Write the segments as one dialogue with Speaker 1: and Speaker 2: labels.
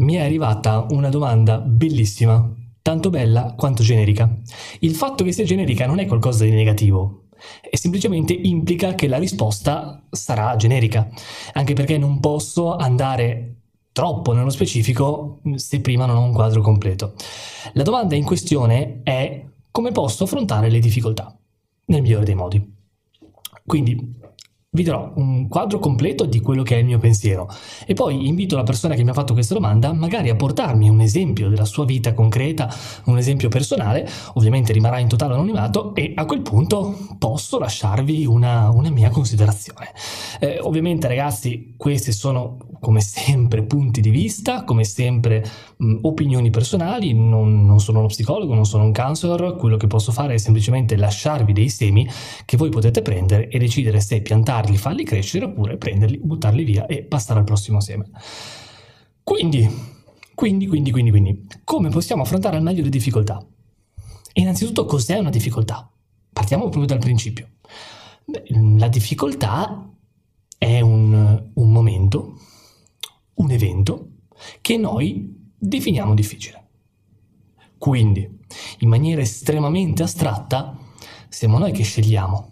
Speaker 1: mi è arrivata una domanda bellissima, tanto bella quanto generica. Il fatto che sia generica non è qualcosa di negativo, e semplicemente implica che la risposta sarà generica, anche perché non posso andare troppo nello specifico se prima non ho un quadro completo. La domanda in questione è: come posso affrontare le difficoltà nel migliore dei modi? Quindi vi darò un quadro completo di quello che è il mio pensiero e poi invito la persona che mi ha fatto questa domanda magari a portarmi un esempio della sua vita concreta, un esempio personale, ovviamente rimarrà in totale anonimato e a quel punto posso lasciarvi una mia considerazione. Ovviamente ragazzi, questi sono come sempre punti di vista, come sempre opinioni personali, non sono uno psicologo, non sono un counselor, quello che posso fare è semplicemente lasciarvi dei semi che voi potete prendere e decidere se piantarli, farli crescere oppure prenderli, buttarli via e passare al prossimo seme. Quindi, come possiamo affrontare al meglio le difficoltà? Innanzitutto, cos'è una difficoltà? Partiamo proprio dal principio. La difficoltà è un momento, un evento che noi definiamo difficile. Quindi, in maniera estremamente astratta, siamo noi che scegliamo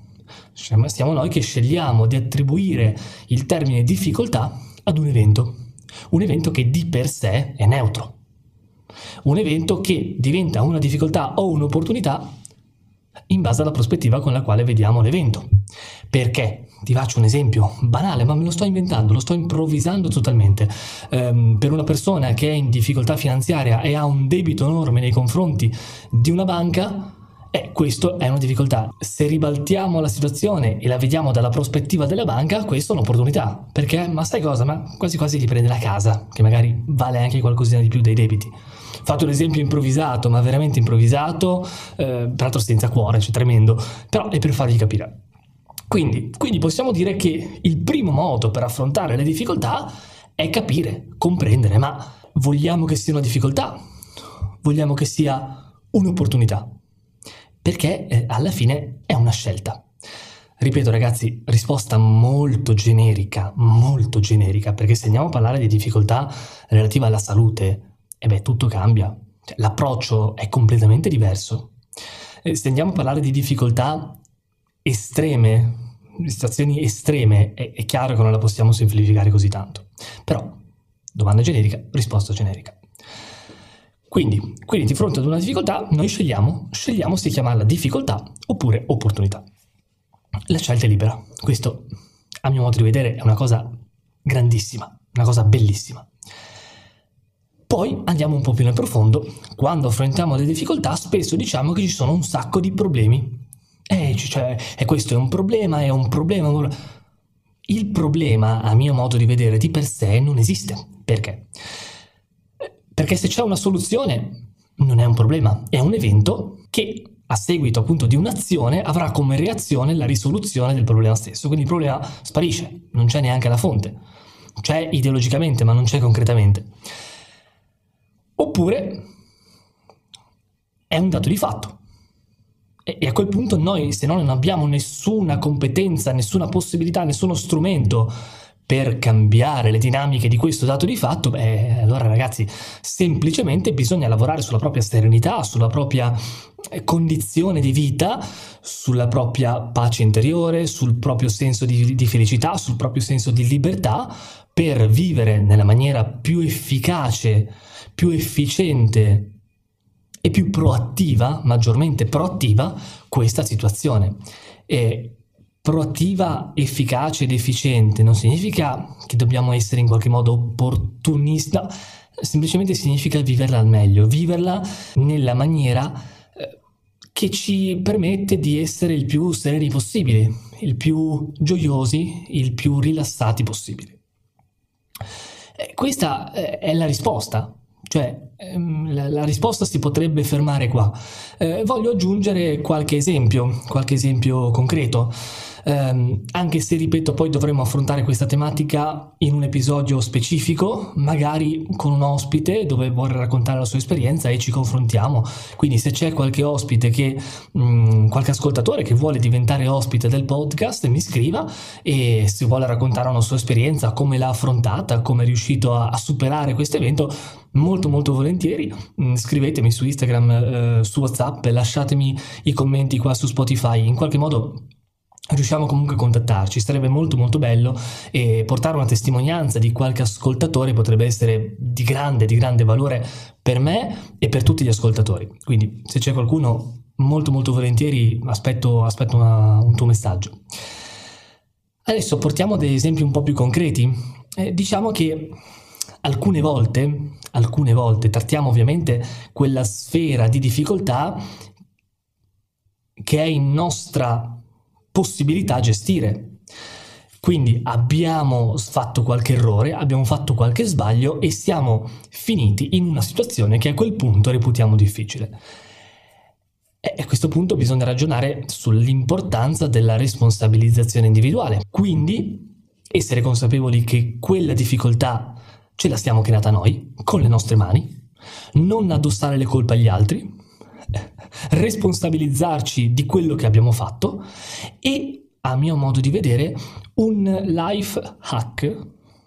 Speaker 1: di attribuire il termine difficoltà ad un evento che di per sé è neutro, un evento che diventa una difficoltà o un'opportunità in base alla prospettiva con la quale vediamo l'evento. Perché? Ti faccio un esempio banale, ma me lo sto inventando, lo sto improvvisando totalmente. Per una persona che è in difficoltà finanziaria e ha un debito enorme nei confronti di una banca, questo è una difficoltà. Se ribaltiamo la situazione e la vediamo dalla prospettiva della banca, questa è un'opportunità. Perché? Ma sai cosa? Ma quasi quasi gli prende la casa, che magari vale anche qualcosina di più dei debiti. Fatto un esempio improvvisato, ma veramente improvvisato, peraltro senza cuore, cioè tremendo, però è per fargli capire. Quindi possiamo dire che il primo modo per affrontare le difficoltà è capire, comprendere, ma vogliamo che sia una difficoltà? Vogliamo che sia un'opportunità? Perché alla fine è una scelta. Ripeto ragazzi, risposta molto generica, perché se andiamo a parlare di difficoltà relative alla salute, tutto cambia, l'approccio è completamente diverso. Se andiamo a parlare di difficoltà estreme, situazioni estreme, è chiaro che non la possiamo semplificare così tanto. Però, domanda generica, risposta generica. Quindi di fronte ad una difficoltà noi scegliamo se chiamarla difficoltà oppure opportunità. La scelta è libera. Questo, a mio modo di vedere, è una cosa grandissima, una cosa bellissima. Poi andiamo un po' più nel profondo. Quando affrontiamo le difficoltà spesso diciamo che ci sono un sacco di problemi. Questo è un problema, Il problema, a mio modo di vedere, di per sé non esiste. Perché? Perché se c'è una soluzione non è un problema, è un evento che a seguito appunto di un'azione avrà come reazione la risoluzione del problema stesso, quindi il problema sparisce, non c'è neanche la fonte, c'è ideologicamente ma non c'è concretamente. Oppure è un dato di fatto e a quel punto noi, se non abbiamo nessuna competenza, nessuna possibilità, nessuno strumento per cambiare le dinamiche di questo dato di fatto, allora ragazzi, semplicemente bisogna lavorare sulla propria serenità, sulla propria condizione di vita, sulla propria pace interiore, sul proprio senso di felicità, sul proprio senso di libertà, per vivere nella maniera più efficace, più efficiente e più proattiva, maggiormente proattiva, questa situazione. E proattiva, efficace ed efficiente non significa che dobbiamo essere in qualche modo opportunisti, no, semplicemente significa viverla al meglio, viverla nella maniera che ci permette di essere il più sereni possibili, il più gioiosi, il più rilassati possibili. Questa è la risposta. La risposta si potrebbe fermare qua. Voglio aggiungere qualche esempio concreto. anche se, ripeto, poi dovremo affrontare questa tematica in un episodio specifico, magari con un ospite dove vorrà raccontare la sua esperienza e ci confrontiamo. Quindi se c'è qualche ospite qualche ascoltatore che vuole diventare ospite del podcast, mi scriva, e se vuole raccontare una sua esperienza, come l'ha affrontata, come è riuscito a superare questo evento, molto molto volentieri. Scrivetemi su Instagram, su WhatsApp, lasciatemi i commenti qua su Spotify, in qualche modo riusciamo comunque a contattarci. Sarebbe molto molto bello, e portare una testimonianza di qualche ascoltatore potrebbe essere di grande valore per me e per tutti gli ascoltatori. Quindi se c'è qualcuno, molto molto volentieri aspetto un tuo messaggio. Adesso portiamo degli esempi un po' più concreti. Diciamo che alcune volte trattiamo ovviamente quella sfera di difficoltà che è in nostra possibilità gestire. Quindi abbiamo fatto qualche errore, abbiamo fatto qualche sbaglio e siamo finiti in una situazione che a quel punto reputiamo difficile. E a questo punto bisogna ragionare sull'importanza della responsabilizzazione individuale. Quindi essere consapevoli che quella difficoltà ce la siamo creata noi, con le nostre mani, non addossare le colpe agli altri, responsabilizzarci di quello che abbiamo fatto e, a mio modo di vedere, un life hack,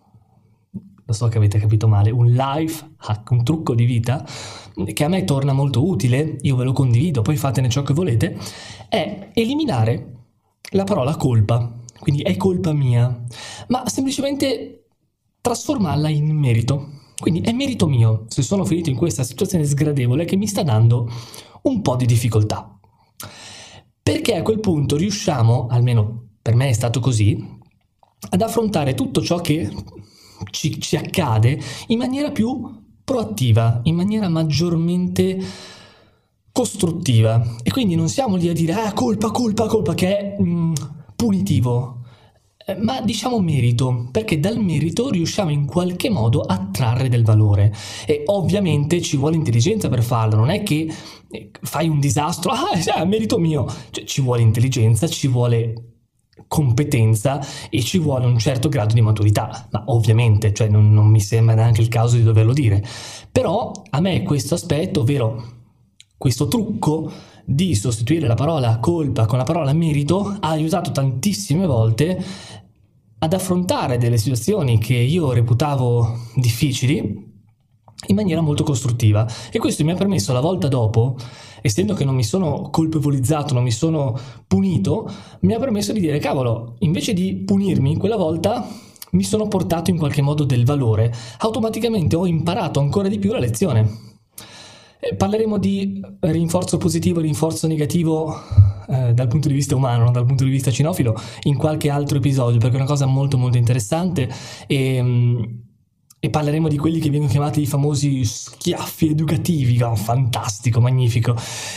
Speaker 1: lo so che avete capito male, un life hack, un trucco di vita che a me torna molto utile, io ve lo condivido, poi fatene ciò che volete, è eliminare la parola colpa. Quindi è colpa mia, ma semplicemente trasformarla in merito. Quindi è merito mio se sono finito in questa situazione sgradevole che mi sta dando un po' di difficoltà. Perché a quel punto riusciamo, almeno per me è stato così, ad affrontare tutto ciò che ci accade in maniera più proattiva, in maniera maggiormente costruttiva. E quindi non siamo lì a dire colpa, che è punitivo, ma diciamo merito, perché dal merito riusciamo in qualche modo a trarre del valore. E ovviamente ci vuole intelligenza per farlo, non è che fai un disastro, merito mio, cioè, ci vuole intelligenza, ci vuole competenza e ci vuole un certo grado di maturità, ma ovviamente, cioè, non mi sembra neanche il caso di doverlo dire. Però a me questo aspetto, ovvero questo trucco di sostituire la parola colpa con la parola merito, ha aiutato tantissime volte ad affrontare delle situazioni che io reputavo difficili in maniera molto costruttiva. E questo mi ha permesso la volta dopo, essendo che non mi sono colpevolizzato, non mi sono punito, mi ha permesso di dire cavolo, invece di punirmi quella volta mi sono portato in qualche modo del valore, automaticamente ho imparato ancora di più la lezione. Parleremo di rinforzo positivo e rinforzo negativo dal punto di vista umano, non dal punto di vista cinofilo, in qualche altro episodio, perché è una cosa molto molto interessante, e parleremo di quelli che vengono chiamati i famosi schiaffi educativi. Fantastico, magnifico.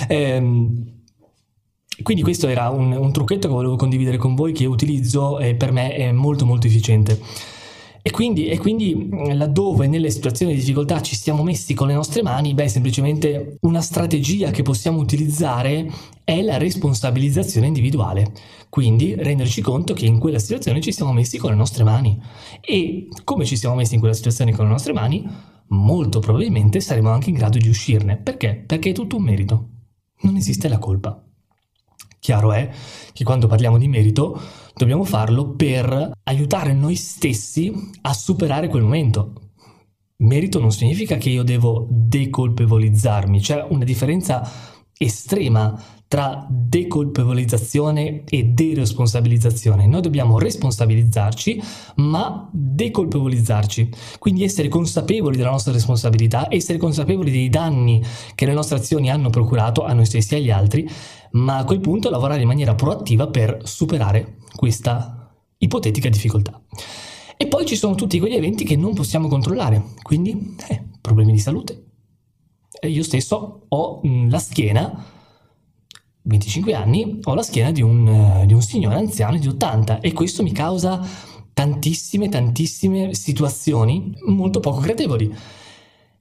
Speaker 1: Quindi questo era un trucchetto che volevo condividere con voi, che utilizzo e per me è molto molto efficiente. E quindi laddove nelle situazioni di difficoltà ci siamo messi con le nostre mani, semplicemente una strategia che possiamo utilizzare è la responsabilizzazione individuale. Quindi renderci conto che in quella situazione ci siamo messi con le nostre mani. E come ci siamo messi in quella situazione con le nostre mani, molto probabilmente saremo anche in grado di uscirne. Perché? Perché è tutto un merito. Non esiste la colpa. Chiaro è che quando parliamo di merito dobbiamo farlo per aiutare noi stessi a superare quel momento. Merito non significa che io devo decolpevolizzarmi, c'è una differenza estrema tra decolpevolizzazione e deresponsabilizzazione. Noi dobbiamo responsabilizzarci, ma decolpevolizzarci. Quindi essere consapevoli della nostra responsabilità, essere consapevoli dei danni che le nostre azioni hanno procurato a noi stessi e agli altri, ma a quel punto lavorare in maniera proattiva per superare questa ipotetica difficoltà. E poi ci sono tutti quegli eventi che non possiamo controllare, quindi problemi di salute. Io stesso ho la schiena, 25 anni, ho la schiena di un signore anziano di 80 e questo mi causa tantissime situazioni molto poco gradevoli.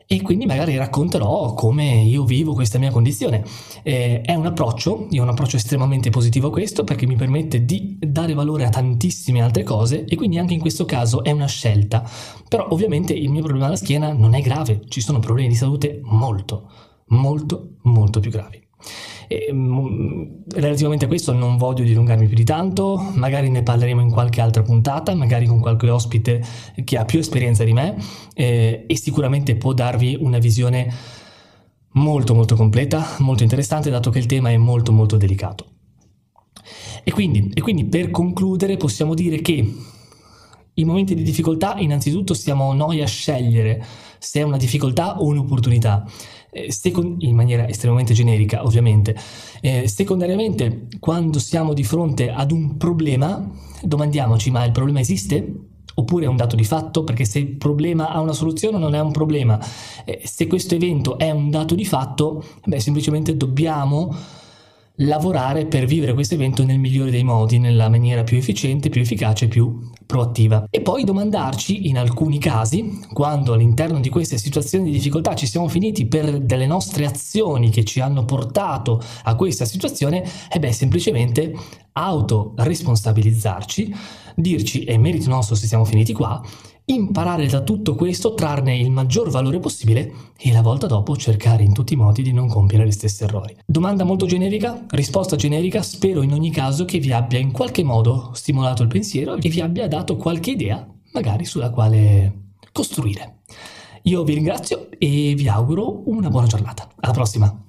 Speaker 1: E quindi magari racconterò come io vivo questa mia condizione. È un approccio, io ho un approccio estremamente positivo a questo, perché mi permette di dare valore a tantissime altre cose, e quindi anche in questo caso è una scelta. Però ovviamente il mio problema alla schiena non è grave, ci sono problemi di salute molto, molto, molto più gravi. Relativamente a questo non voglio dilungarmi più di tanto, magari ne parleremo in qualche altra puntata, magari con qualche ospite che ha più esperienza di me, e sicuramente può darvi una visione molto molto completa, molto interessante, dato che il tema è molto molto delicato. E quindi per concludere possiamo dire che i momenti di difficoltà innanzitutto siamo noi a scegliere se è una difficoltà o un'opportunità, in maniera estremamente generica ovviamente. Secondariamente, quando siamo di fronte ad un problema, domandiamoci: ma il problema esiste? Oppure è un dato di fatto? Perché se il problema ha una soluzione non è un problema. Se questo evento è un dato di fatto, semplicemente dobbiamo lavorare per vivere questo evento nel migliore dei modi, nella maniera più efficiente, più efficace, più proattiva. E poi domandarci, in alcuni casi, quando all'interno di queste situazioni di difficoltà ci siamo finiti per delle nostre azioni che ci hanno portato a questa situazione, semplicemente autoresponsabilizzarci, dirci: è merito nostro se siamo finiti qua, imparare da tutto questo, trarne il maggior valore possibile e la volta dopo cercare in tutti i modi di non compiere gli stessi errori. Domanda molto generica, risposta generica. Spero in ogni caso che vi abbia in qualche modo stimolato il pensiero e vi abbia dato qualche idea magari sulla quale costruire. Io vi ringrazio e vi auguro una buona giornata. Alla prossima!